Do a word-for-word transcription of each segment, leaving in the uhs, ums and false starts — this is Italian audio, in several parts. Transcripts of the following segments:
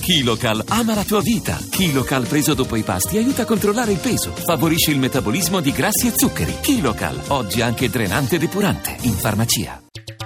KiloCal ama la tua vita. KiloCal preso dopo i pasti aiuta a controllare il peso, favorisce il metabolismo di grassi e zuccheri. KiloCal, oggi anche drenante e depurante, in farmacia.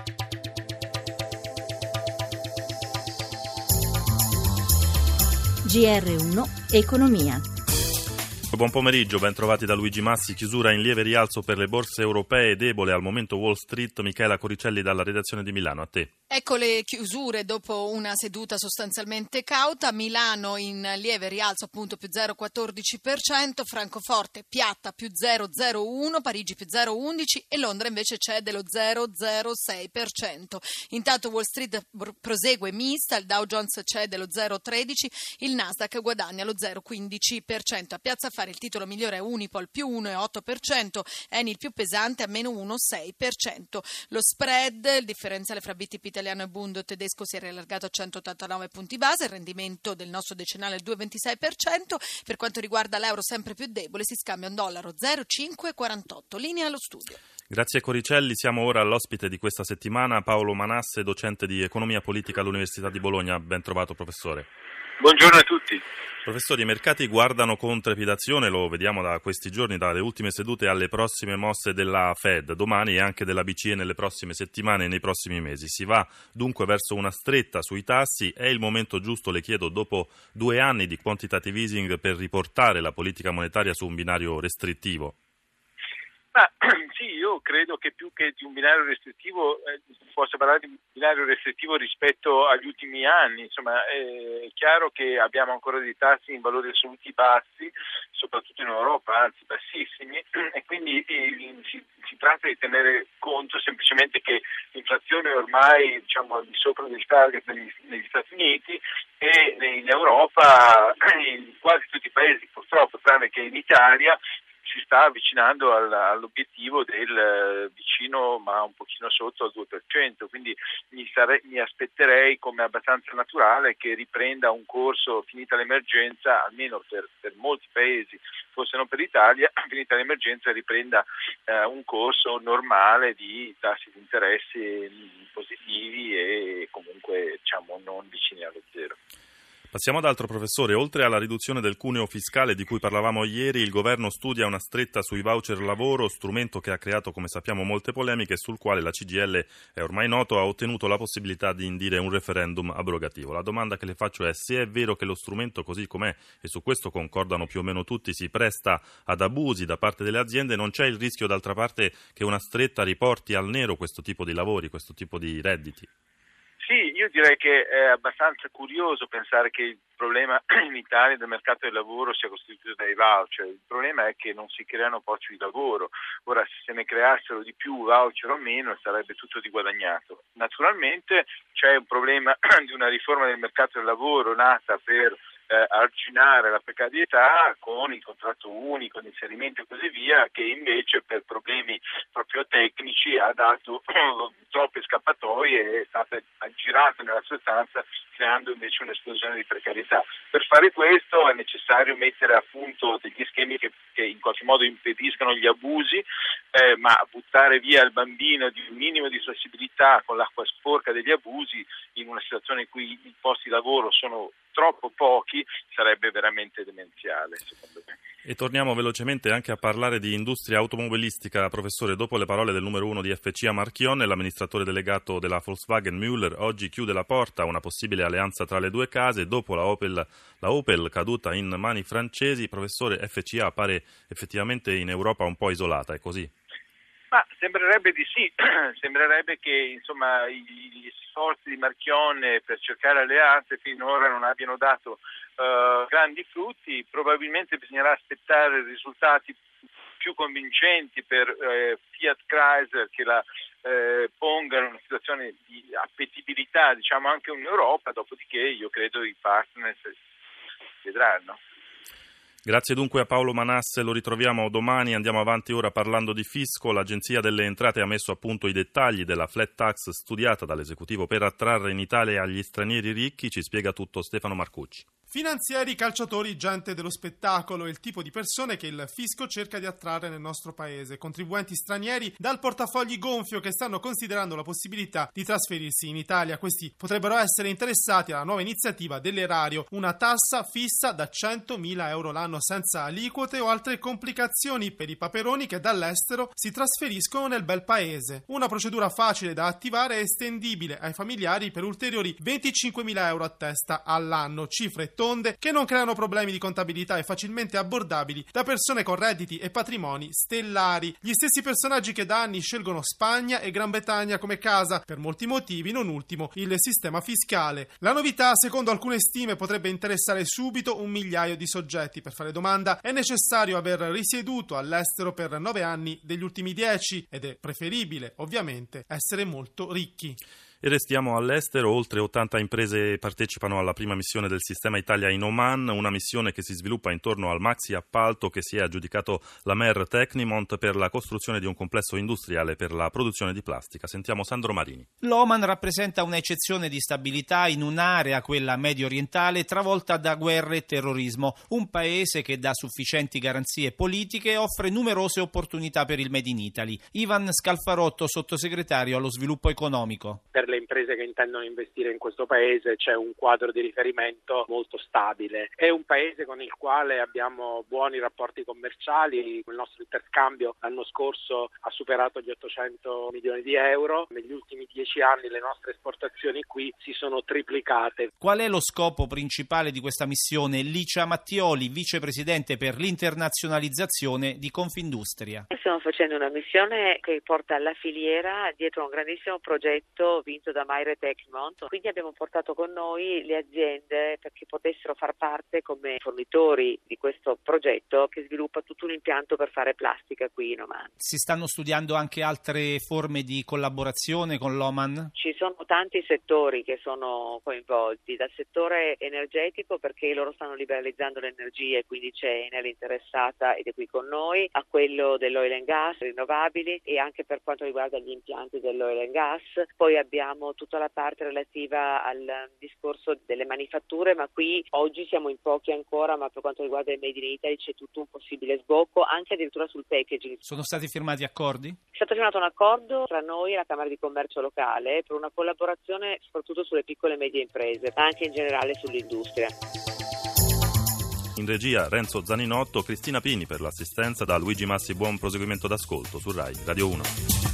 G R uno Economia. Buon pomeriggio, ben trovati da Luigi Massi. Chiusura in lieve rialzo per le borse europee, debole al momento Wall Street. Michela Coricelli dalla redazione di Milano, a te. Ecco le chiusure dopo una seduta sostanzialmente cauta. Milano in lieve rialzo, appunto, più zero virgola quattordici per cento, Francoforte piatta più zero virgola zero uno, Parigi più zero virgola undici e Londra invece c'è dello zero virgola zero sei per cento. Intanto Wall Street prosegue mista, il Dow Jones cede lo zero virgola tredici, il Nasdaq guadagna lo zero virgola quindici per cento. A Piazza Affari il titolo migliore è Unipol più uno virgola otto per cento, Enel più pesante a meno uno virgola sei per cento. Lo spread, il differenziale fra B T P italiano e Bund tedesco si è riallargato a centottantanove punti base, il rendimento del nostro decennale è il due virgola ventisei per cento. Per quanto riguarda l'euro sempre più debole, si scambia un dollaro zero virgola cinque quarantotto. Linea allo studio. Grazie Coricelli, siamo ora all'ospite di questa settimana, Paolo Manasse, docente di Economia Politica all'Università di Bologna. Ben trovato, professore. Buongiorno a tutti. Professori, i mercati guardano con trepidazione, lo vediamo da questi giorni, dalle ultime sedute alle prossime mosse della Fed domani e anche della B C E nelle prossime settimane e nei prossimi mesi. Si va dunque verso una stretta sui tassi. È il momento giusto, le chiedo, dopo due anni di quantitative easing, per riportare la politica monetaria su un binario restrittivo? Ma sì, io credo che più che di un binario restrittivo eh, si possa parlare di un binario restrittivo rispetto agli ultimi anni. Insomma, è chiaro che abbiamo ancora dei tassi in valori assoluti bassi, soprattutto in Europa, anzi bassissimi, e quindi eh, si, si tratta di tenere conto semplicemente che l'inflazione è ormai, diciamo, al di sopra del target negli, negli Stati Uniti e in Europa, in quasi tutti i paesi, purtroppo, tranne che in Italia, si sta avvicinando all'obiettivo del vicino ma un pochino sotto al due per cento, quindi mi, sare, mi aspetterei come abbastanza naturale che riprenda un corso, finita l'emergenza, almeno per, per molti paesi, forse non per l'Italia, finita l'emergenza riprenda eh, un corso normale di tassi di interesse positivi e comunque, diciamo, non vicini allo zero. Passiamo ad altro, professore. Oltre alla riduzione del cuneo fiscale di cui parlavamo ieri, il governo studia una stretta sui voucher lavoro, strumento che ha creato, come sappiamo, molte polemiche, sul quale la C G I L, è ormai noto, ha ottenuto la possibilità di indire un referendum abrogativo. La domanda che le faccio è: se è vero che lo strumento così com'è, e su questo concordano più o meno tutti, si presta ad abusi da parte delle aziende, non c'è il rischio d'altra parte che una stretta riporti al nero questo tipo di lavori, questo tipo di redditi? Sì, io direi che è abbastanza curioso pensare che il problema in Italia del mercato del lavoro sia costituito dai voucher. Il problema è che non si creano posti di lavoro. Ora, se se ne creassero di più, voucher o meno, sarebbe tutto di guadagnato. Naturalmente c'è un problema di una riforma del mercato del lavoro nata per eh, arginare la precarietà con il contratto unico, l'inserimento e così via, che invece per problemi proprio tecnici ha dato troppe scappatoie e è stata aggirata nella sostanza, creando invece un'esplosione di precarietà. Per fare questo è necessario mettere a punto degli schemi che, che in qualche modo impediscano gli abusi, eh, ma buttare via il bambino di un minimo di flessibilità con l'acqua sporca degli abusi in una situazione in cui i posti di lavoro sono troppo pochi sarebbe veramente demenziale, secondo me. E torniamo velocemente anche a parlare di industria automobilistica, professore. Dopo le parole del numero uno di F C A Marchionne, l'amministratore delegato della Volkswagen Müller oggi chiude la porta a una possibile alleanza tra le due case. Dopo la Opel, la Opel caduta in mani francesi, professore, F C A pare effettivamente in Europa un po' isolata, è così? Ma sembrerebbe di sì, sembrerebbe che insomma gli sforzi di Marchionne per cercare alleanze finora non abbiano dato uh, grandi frutti. Probabilmente bisognerà aspettare risultati più convincenti per eh, Fiat Chrysler che la eh, ponga in una situazione di appetibilità, diciamo, anche in Europa, dopodiché io credo i partner vedranno. Grazie dunque a Paolo Manasse, lo ritroviamo domani, andiamo avanti ora parlando di fisco. L'Agenzia delle Entrate ha messo a punto i dettagli della flat tax studiata dall'esecutivo per attrarre in Italia gli stranieri ricchi, ci spiega tutto Stefano Marcucci. Finanzieri, calciatori, gente dello spettacolo è il tipo di persone che il fisco cerca di attrarre nel nostro paese. Contribuenti stranieri dal portafogli gonfio che stanno considerando la possibilità di trasferirsi in Italia. Questi potrebbero essere interessati alla nuova iniziativa dell'erario, una tassa fissa da centomila euro l'anno senza aliquote o altre complicazioni per i paperoni che dall'estero si trasferiscono nel bel paese. Una procedura facile da attivare e estendibile ai familiari per ulteriori venticinquemila euro a testa all'anno, cifre tonde che non creano problemi di contabilità e facilmente abbordabili da persone con redditi e patrimoni stellari. Gli stessi personaggi che da anni scelgono Spagna e Gran Bretagna come casa, per molti motivi, non ultimo il sistema fiscale. La novità, secondo alcune stime, potrebbe interessare subito un migliaio di soggetti. Per fare domanda è necessario aver risieduto all'estero per nove anni degli ultimi dieci ed è preferibile, ovviamente, essere molto ricchi. E restiamo all'estero, oltre ottanta imprese partecipano alla prima missione del sistema Italia in Oman, una missione che si sviluppa intorno al maxi appalto che si è aggiudicato la Mer Tecnimont per la costruzione di un complesso industriale per la produzione di plastica. Sentiamo Sandro Marini. L'Oman rappresenta un'eccezione di stabilità in un'area, quella medio orientale, travolta da guerre e terrorismo, un paese che dà sufficienti garanzie politiche e offre numerose opportunità per il Made in Italy. Ivan Scalfarotto, sottosegretario allo sviluppo economico. Per le imprese che intendono investire in questo paese c'è un quadro di riferimento molto stabile. È un paese con il quale abbiamo buoni rapporti commerciali. Il nostro interscambio l'anno scorso ha superato gli ottocento milioni di euro. Negli ultimi dieci anni le nostre esportazioni qui si sono triplicate. Qual è lo scopo principale di questa missione? Licia Mattioli, vicepresidente per l'internazionalizzazione di Confindustria. Stiamo facendo una missione che porta alla filiera dietro un grandissimo progetto vinto da Mer Tecnimont, quindi abbiamo portato con noi le aziende perché potessero far parte come fornitori di questo progetto che sviluppa tutto un impianto per fare plastica qui in Oman. Si stanno studiando anche altre forme di collaborazione con l'Oman? Ci sono tanti settori che sono coinvolti, dal settore energetico perché loro stanno liberalizzando l'energia e quindi c'è Enel interessata ed è qui con noi, a quello dell'oil and gas, rinnovabili e anche per quanto riguarda gli impianti dell'oil and gas. Poi abbiamo tutta la parte relativa al discorso delle manifatture, ma qui oggi siamo in pochi ancora, ma per quanto riguarda il Made in Italy c'è tutto un possibile sbocco, anche addirittura sul packaging. Sono stati firmati accordi? È stato firmato un accordo tra noi e la Camera di Commercio locale per una collaborazione soprattutto sulle piccole e medie imprese, ma anche in generale sull'industria. In regia Renzo Zaninotto, Cristina Pini per l'assistenza, da Luigi Massi buon proseguimento d'ascolto su Rai Radio uno.